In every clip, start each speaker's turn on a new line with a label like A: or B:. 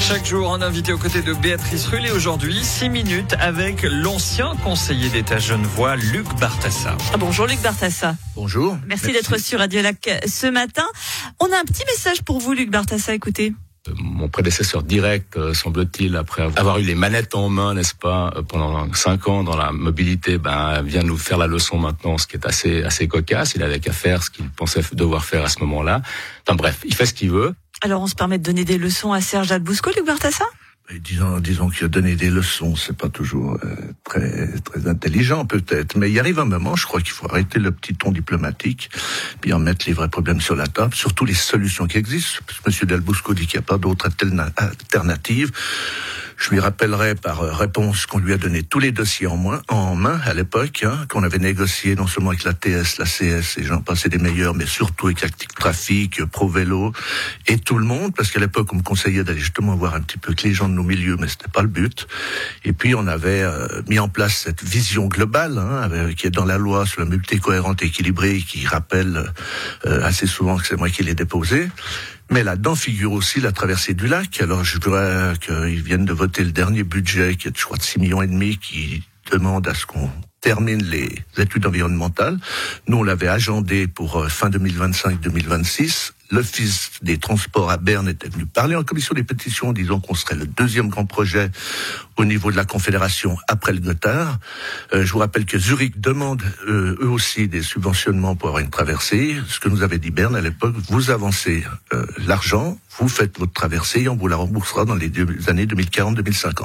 A: Chaque jour, un invité aux côtés de Béatrice Rulle et aujourd'hui, 6 minutes avec l'ancien conseiller d'État genevois, Luc Bartassa.
B: Bonjour Luc Bartassa.
C: Bonjour.
B: Merci d'être sur Radio Lac ce matin. On a un petit message pour vous, Luc Bartassa, écoutez.
C: Mon prédécesseur direct, semble-t-il, après avoir eu les manettes en main, n'est-ce pas, pendant 5 ans dans la mobilité, vient nous faire la leçon maintenant, ce qui est assez cocasse. Il avait qu'à faire ce qu'il pensait devoir faire à ce moment-là. Enfin bref, il fait ce qu'il veut.
B: Alors on se permet de donner des leçons à Serge Dalbousco, Luc Bartassa ?
D: Disons qu'il a donné des leçons, c'est pas toujours très intelligent peut-être, mais il arrive un moment, je crois qu'il faut arrêter le petit ton diplomatique, puis en mettre les vrais problèmes sur la table, surtout les solutions qui existent. Monsieur Dalbousco dit qu'il n'y a pas d'autre alternative. Je lui rappellerai par réponse qu'on lui a donné tous les dossiers en main à l'époque, qu'on avait négocié non seulement avec la TS, la CS, et j'en passais des meilleurs, mais surtout avec Active Trafic, Pro Vélo, et tout le monde, parce qu'à l'époque on me conseillait d'aller justement voir un petit peu que les gens de nos milieux, mais c'était pas le but. Et puis on avait mis en place cette vision globale, qui est dans la loi sur la mobilité cohérente et équilibrée, qui rappelle assez souvent que c'est moi qui l'ai déposée. Mais là-dedans figure aussi la traversée du lac. Alors je voudrais qu'ils viennent de voter le dernier budget, qui est je crois de 6,5 millions, qui demande à ce qu'on termine les études environnementales. Nous, on l'avait agendé pour fin 2025-2026. L'Office des transports à Berne était venu parler en commission des pétitions, disant qu'on serait le deuxième grand projet au niveau de la Confédération après le Gothard. Je vous rappelle que Zurich demande eux aussi des subventionnements pour avoir une traversée. Ce que nous avait dit Berne à l'époque, vous avancez l'argent, vous faites votre traversée et on vous la remboursera dans les années 2040-2050.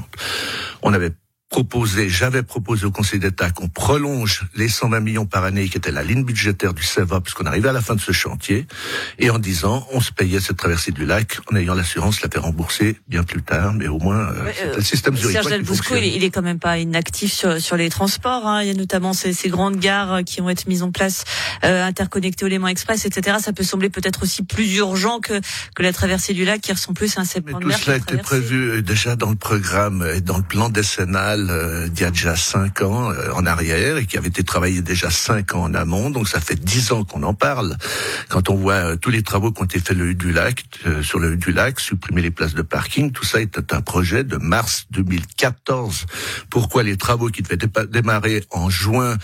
D: J'avais proposé au Conseil d'État qu'on prolonge les 120 millions par année qui était la ligne budgétaire du CEVA puisqu'on arrivait à la fin de ce chantier et en disant on se payait cette traversée du lac en ayant l'assurance de la faire rembourser bien plus tard, mais au moins c'était le système zurichois
B: Serge Dalbousco, il est quand même pas inactif sur les transports. Il y a notamment ces grandes gares qui ont été mises en place, interconnectées au Léman Express, etc. Ça peut sembler peut-être aussi plus urgent que la traversée du lac qui ressemble plus à un serpent de mer.
D: Tout cela était prévu déjà dans le programme et dans le plan décennal d'il y a déjà 5 ans en arrière et qui avait été travaillé déjà 5 ans en amont, donc ça fait 10 ans qu'on en parle. Quand on voit tous les travaux qui ont été faits sur le du lac, supprimer les places de parking, tout ça était un projet de mars 2014. Pourquoi les travaux qui devaient démarrer en juin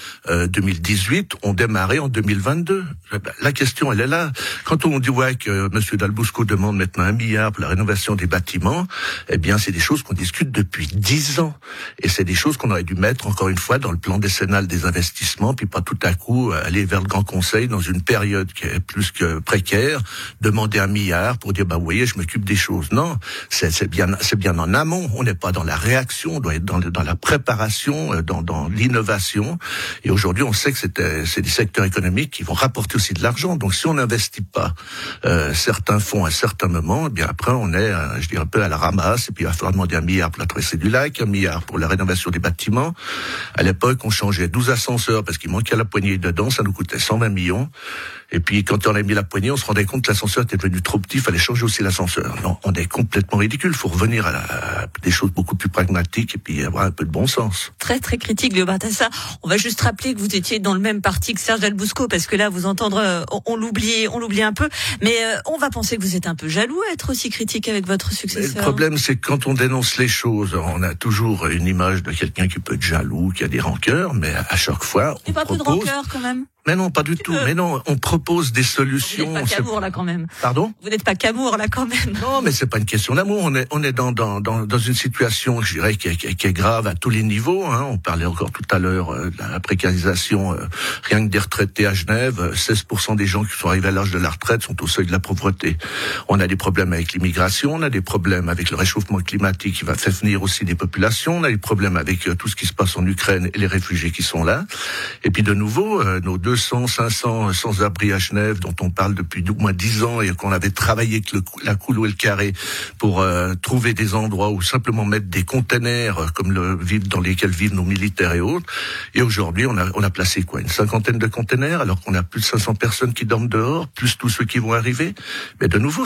D: 2018 ont démarré en 2022? La question, elle est là. Quand on voit que M. Dalbousco demande maintenant 1 milliard pour la rénovation des bâtiments, eh bien c'est des choses qu'on discute depuis 10 ans. Et c'est des choses qu'on aurait dû mettre, encore une fois, dans le plan décennal des investissements, puis pas tout à coup aller vers le Grand Conseil dans une période qui est plus que précaire, demander 1 milliard pour dire, vous voyez, je m'occupe des choses. Non, c'est bien en amont. On n'est pas dans la réaction, on doit être dans la préparation, dans l'innovation. Et aujourd'hui, on sait que c'est des secteurs économiques qui vont rapporter aussi de l'argent. Donc, si on n'investit pas certains fonds à un certain moment, eh bien après, on est, je dirais un peu à la ramasse. Et puis, il va falloir demander 1 milliard pour la traversée du lac, 1 milliard pour la rénovation des bâtiments. À l'époque, on changeait 12 ascenseurs parce qu'il manquait la poignée dedans, ça nous coûtait 120 millions. Et puis, quand on a mis la poignée, on se rendait compte que l'ascenseur était devenu trop petit, il fallait changer aussi l'ascenseur. Non, on est complètement ridicule. Il faut revenir à des choses beaucoup plus pragmatiques et puis avoir un peu de bon sens.
B: Très, très critique, Luc Bartassa. On va juste rappeler que vous étiez dans le même parti que Serge Dalbousco, parce que là, vous entendre, on l'oublie un peu. Mais on va penser que vous êtes un peu jaloux à être aussi critique avec votre successeur.
D: Mais le problème, c'est que quand on dénonce les choses, on a toujours une image de quelqu'un qui peut être jaloux, qui a des rancœurs, mais à chaque fois,
B: on propose... pas peu de rancœur, quand même.
D: Mais non, pas du tout. Mais non, on propose des solutions.
B: Vous n'êtes pas qu'amour, là, quand même.
D: Pardon?
B: Vous n'êtes pas qu'amour, là, quand même.
D: Non, mais c'est pas une question d'amour. On est dans une situation, je dirais, qui est grave à tous les niveaux, On parlait encore tout à l'heure de la précarisation, rien que des retraités à Genève. 16% des gens qui sont arrivés à l'âge de la retraite sont au seuil de la pauvreté. On a des problèmes avec l'immigration, on a des problèmes avec le réchauffement climatique qui va faire venir aussi des populations, on a des problèmes avec tout ce qui se passe en Ukraine et les réfugiés qui sont là. Et puis de nouveau, nos 200, 500 sans-abri à Genève, dont on parle depuis au moins 10 ans et qu'on avait travaillé avec la Coulou et le Carré pour trouver des endroits où simplement mettre des containers comme dans lesquels vivent nos militaires et autres. Et aujourd'hui, on a placé une 50aine de containers, alors qu'on a plus de 500 personnes qui dorment dehors, plus tous ceux qui vont arriver. Mais de nouveau,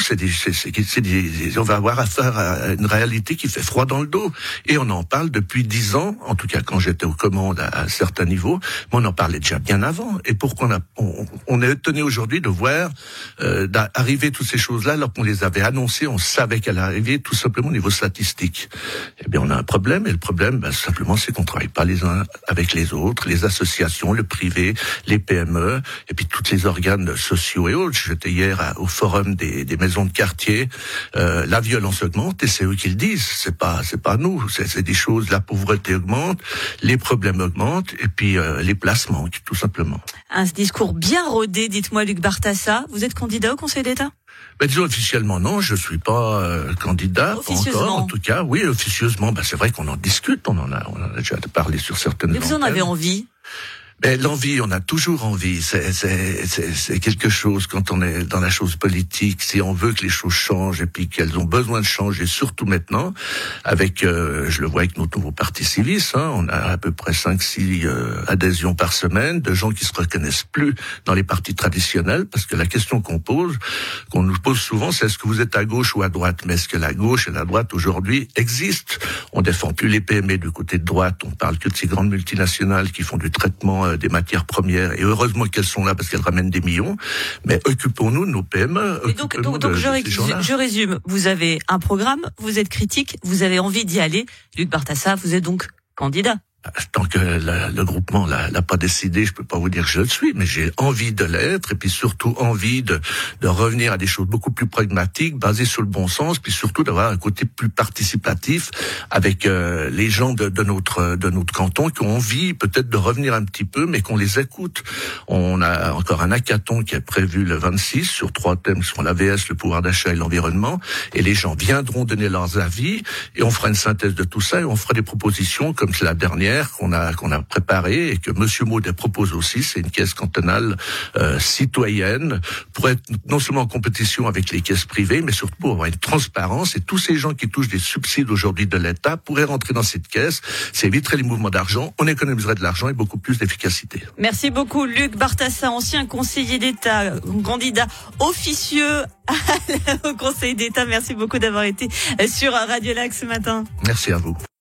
D: on va avoir affaire à une réalité qui fait froid dans le dos. Et on en parle depuis 10 ans, en tout cas quand j'étais aux commandes à certains niveaux, mais on en parlait déjà bien avant. Et pourquoi on est étonné aujourd'hui de voir arriver toutes ces choses-là alors qu'on les avait annoncées, on savait qu'elles arrivaient tout simplement au niveau statistique. Eh bien, on a un problème, et le problème, simplement, c'est qu'on travaille pas les uns avec les autres, les associations, le privé, les PME, et puis tous les organes sociaux et autres. J'étais hier au forum des maisons de quartier. La violence augmente, et c'est eux qui le disent. C'est pas nous. C'est des choses. La pauvreté augmente, les problèmes augmentent, et puis les places manquent, tout simplement.
B: Un discours bien rodé. Dites-moi, Luc Bartassa, vous êtes candidat au Conseil d'État?
D: Disons officiellement non, je suis pas candidat, pas encore. En tout cas, oui, officieusement, c'est vrai qu'on en discute, on en a déjà parlé sur certaines.
B: Mais vous en avez envie?
D: Mais l'envie, on a toujours envie. C'est quelque chose quand on est dans la chose politique. Si on veut que les choses changent et puis qu'elles ont besoin de changer, surtout maintenant, avec, je le vois avec notre nouveau parti Civis, on a à peu près 5-6 adhésions par semaine de gens qui se reconnaissent plus dans les partis traditionnels, parce que la question qu'on nous pose souvent, c'est est-ce que vous êtes à gauche ou à droite? Mais est-ce que la gauche et la droite aujourd'hui existent? On défend plus les PME du côté de droite. On parle que de ces grandes multinationales qui font du traitement des matières premières, et heureusement qu'elles sont là parce qu'elles ramènent des millions, mais occupons-nous de nos PME.
B: Et donc je résume, vous avez un programme, vous êtes critique, vous avez envie d'y aller. Luc Bartassa, vous êtes donc candidat.
D: Tant que le groupement l'a pas décidé, je peux pas vous dire que je le suis, mais j'ai envie de l'être, et puis surtout envie de revenir à des choses beaucoup plus pragmatiques, basées sur le bon sens, puis surtout d'avoir un côté plus participatif avec les gens de notre canton qui ont envie peut-être de revenir un petit peu, mais qu'on les écoute. On a encore un hackathon qui est prévu le 26 sur 3 thèmes qui sont l'AVS, le pouvoir d'achat et l'environnement, et les gens viendront donner leurs avis, et on fera une synthèse de tout ça, et on fera des propositions comme c'est la dernière qu'on a préparé et que Monsieur Maudet propose aussi. C'est une caisse cantonale citoyenne pour être non seulement en compétition avec les caisses privées, mais surtout pour avoir une transparence, et tous ces gens qui touchent des subsides aujourd'hui de l'État pourraient rentrer dans cette caisse. Ça éviterait les mouvements d'argent, on économiserait de l'argent et beaucoup plus d'efficacité.
B: Merci beaucoup Luc Bartassa, ancien conseiller d'État, candidat officieux au Conseil d'État. Merci beaucoup d'avoir été sur Radio Lac ce matin.
D: Merci à vous.